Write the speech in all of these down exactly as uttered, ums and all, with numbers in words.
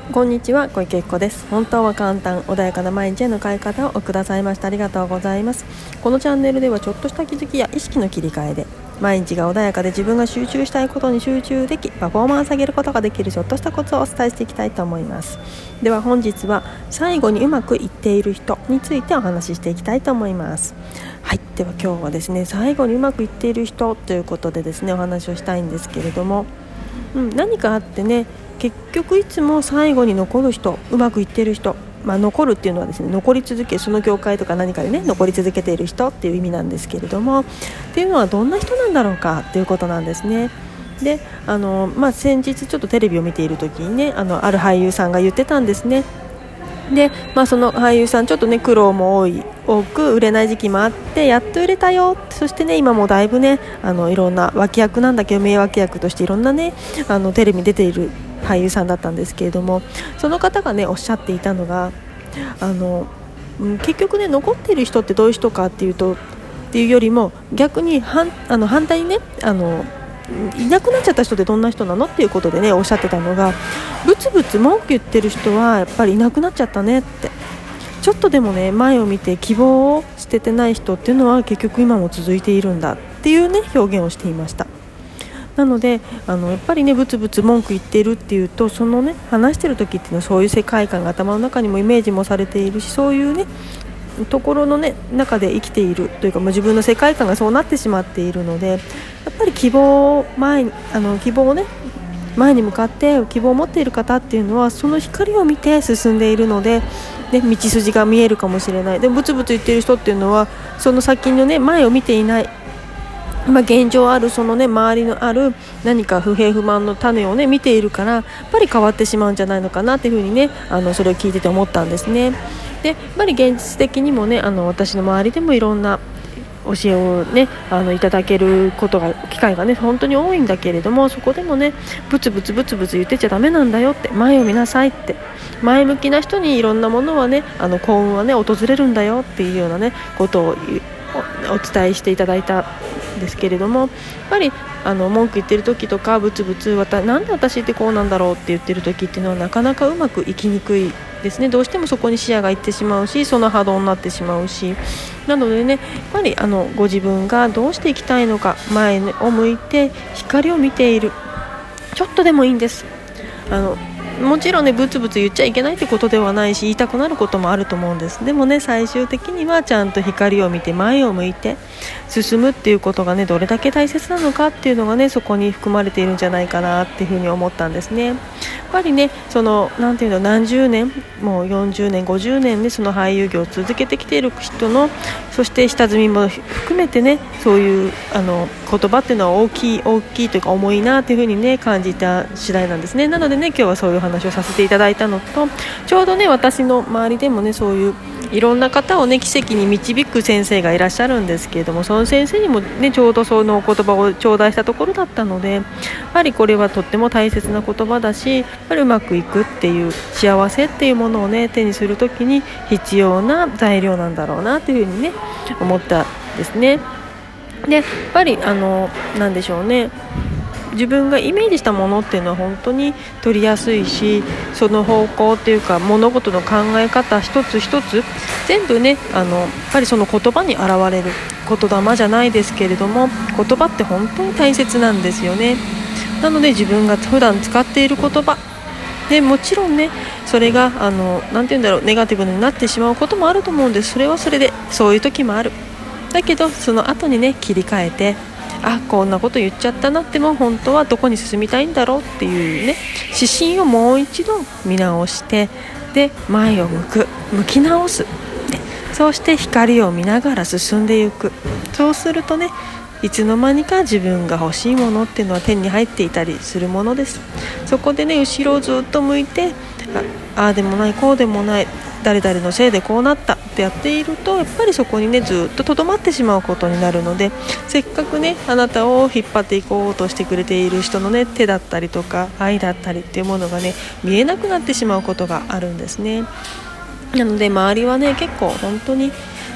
こんにちは、小池子です。本当は簡単、穏やかな毎日への変え方をくださいました。ありがとうございます。このチャンネルではちょっとした気づきや意識の切り替えで毎日が穏やかで自分が集中したいことに集中できパフォーマンス上げることができるちょっとしたコツをお伝えしていきたいと思います。では本日は最後にうまくいっている人についてお話ししていきたいと思います。はい、では今日はですね、最後にうまくいっている人ということでですねお話をしたいんですけれども、うん、何かあってね、結局いつも最後に残る人、うまくいっている人、まあ、残るっていうのはですね、残り続け、その業界とか何かでね残り続けている人っていう意味なんですけれども、っていうのはどんな人なんだろうかっていうことなんですね。で、あの、まあ、先日ちょっとテレビを見ている時にね、あのある俳優さんが言ってたんですね。で、まあ、その俳優さんちょっとね苦労も多い多く売れない時期もあってやっと売れたよ、そしてね今もだいぶねあのいろんな脇役なんだけど名脇役としていろんなねあのテレビに出ている俳優さんだったんですけれども、その方がねおっしゃっていたのがあの結局ね残っている人ってどういう人かっていうとっていうよりも逆に反あの反対にねあのいなくなっちゃった人ってどんな人なのっていうことでねおっしゃってたのが、ブツブツ文句言ってる人はやっぱりいなくなっちゃったねって、ちょっとでもね前を見て希望を捨ててない人っていうのは結局今も続いているんだっていうね表現をしていました。なのであのやっぱりねブツブツ文句言っているっていうと、そのね話してる時っていうのはそういう世界観が頭の中にもイメージもされているし、そういうねところの、ね、中で生きているというか、まあ、自分の世界観がそうなってしまっているので、やっぱり希望を前にあの希望をね前に向かって希望を持っている方っていうのはその光を見て進んでいるので、ね、道筋が見えるかもしれない。でブツブツ言っている人っていうのはその先の、ね、前を見ていない、まあ、現状あるその、ね、周りのある何か不平不満の種を、ね、見ているからやっぱり変わってしまうんじゃないのかなっていうふうにねあのそれを聞いてて思ったんですね。でやっぱり現実的にもねあの私の周りでもいろんな教えをねあのいただけることが機会がね本当に多いんだけれども、そこでもねブツブツブツブツ言ってちゃダメなんだよって、前を見なさいって、前向きな人にいろんなものはねあの幸運はね訪れるんだよっていうようなねことをお伝えしていただいたんですけれども、やっぱりあの文句言ってる時とかブツブツわたなんで私ってこうなんだろうって言ってる時っていうのはなかなかうまくいきにくいですね。どうしてもそこに視野がいってしまうし、その波動になってしまうし、なのでねやっぱりあのご自分がどうしていきたいのか、前を向いて光を見ている、ちょっとでもいいんです。あのもちろんねブツブツ言っちゃいけないってことではないし、言いたくなることもあると思うんです。でもね最終的にはちゃんと光を見て前を向いて進むっていうことがねどれだけ大切なのかっていうのがねそこに含まれているんじゃないかなっていうふうに思ったんですね。やっぱりねそのなんていうの何十年もうよんじゅうねんごじゅうねんねその俳優業を続けてきている人の、そして下積みも含めてねそういうあの言葉っていうのは大きい大きいというか重いなっていうふうにね感じた次第なんですね。なのでね今日はそういう話をさせていただいたのと、ちょうどね私の周りでもねそういういろんな方をね奇跡に導く先生がいらっしゃるんですけれども、その先生にもねちょうどその言葉を頂戴したところだったので、やはりこれはとっても大切な言葉だし、やっぱりうまくいくっていう幸せっていうものをね手にするときに必要な材料なんだろうなというふうにね思ったんですね。でやっぱりあのなんでしょうね、自分がイメージしたものっていうのは本当に取りやすいし、その方向っていうか物事の考え方一つ一つ全部ねあのやっぱりその言葉に現れる言霊じゃないですけれども、言葉って本当に大切なんですよね。なので自分が普段使っている言葉でもちろんねそれがあのなんて言うんだろうネガティブになってしまうこともあると思うんです。それはそれでそういう時もある。だけどその後にね切り替えて、あこんなこと言っちゃったなっても本当はどこに進みたいんだろうっていうね指針をもう一度見直して、で前を向く向き直す、そうして光を見ながら進んでいく。そうするとねいつの間にか自分が欲しいものっていうのは手に入っていたりするものです。そこでね後ろをずっと向いて あ, ああでもないこうでもない誰々のせいでこうなったってやっていると、やっぱりそこにねずっととどまってしまうことになるので、せっかくねあなたを引っ張っていこうとしてくれている人のね手だったりとか愛だったりっていうものがね見えなくなってしまうことがあるんですね。なので周りはね結構本当に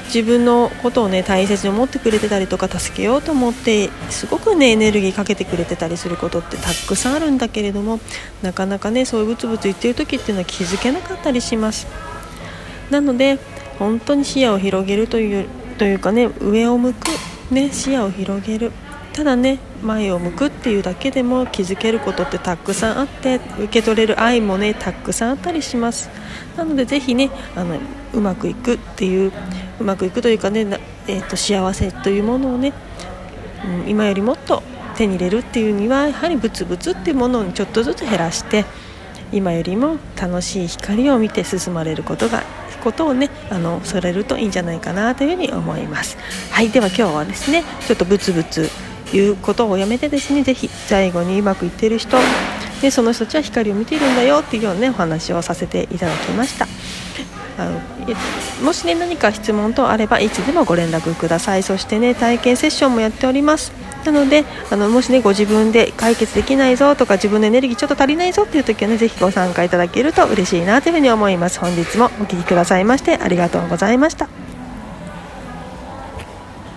自分のことをね大切に思ってくれてたりとか、助けようと思ってすごくねエネルギーかけてくれてたりすることってたくさんあるんだけれども、なかなかねそういうブツブツ言ってる時っていうのは気づけなかったりします。なので本当に視野を広げるというというかね、上を向く、ね、視野を広げる、ただね前を向くっていうだけでも気づけることってたくさんあって、受け取れる愛もねたくさんあったりします。なのでぜひねあのうまくいくっていううまくいくというかね、えーと、幸せというものをね、うん、今よりもっと手に入れるっていうにはやはりブツブツっていうものをちょっとずつ減らして、今よりも楽しい光を見て進まれることがことをねあのそれるといいんじゃないかなというふうに思います。はい、では今日はですねちょっとブツブツいうことをやめてですね、ぜひ最後にうまくいっている人で、その人たちは光を見ているんだよっていうような、ね、お話をさせていただきました。あのもしね何か質問等あればいつでもご連絡ください。そしてね体験セッションもやっております。なのであのもしねご自分で解決できないぞとか、自分のエネルギーちょっと足りないぞっていう時はねぜひご参加いただけると嬉しいなというふうに思います。本日もお聞きくださいましてありがとうございました。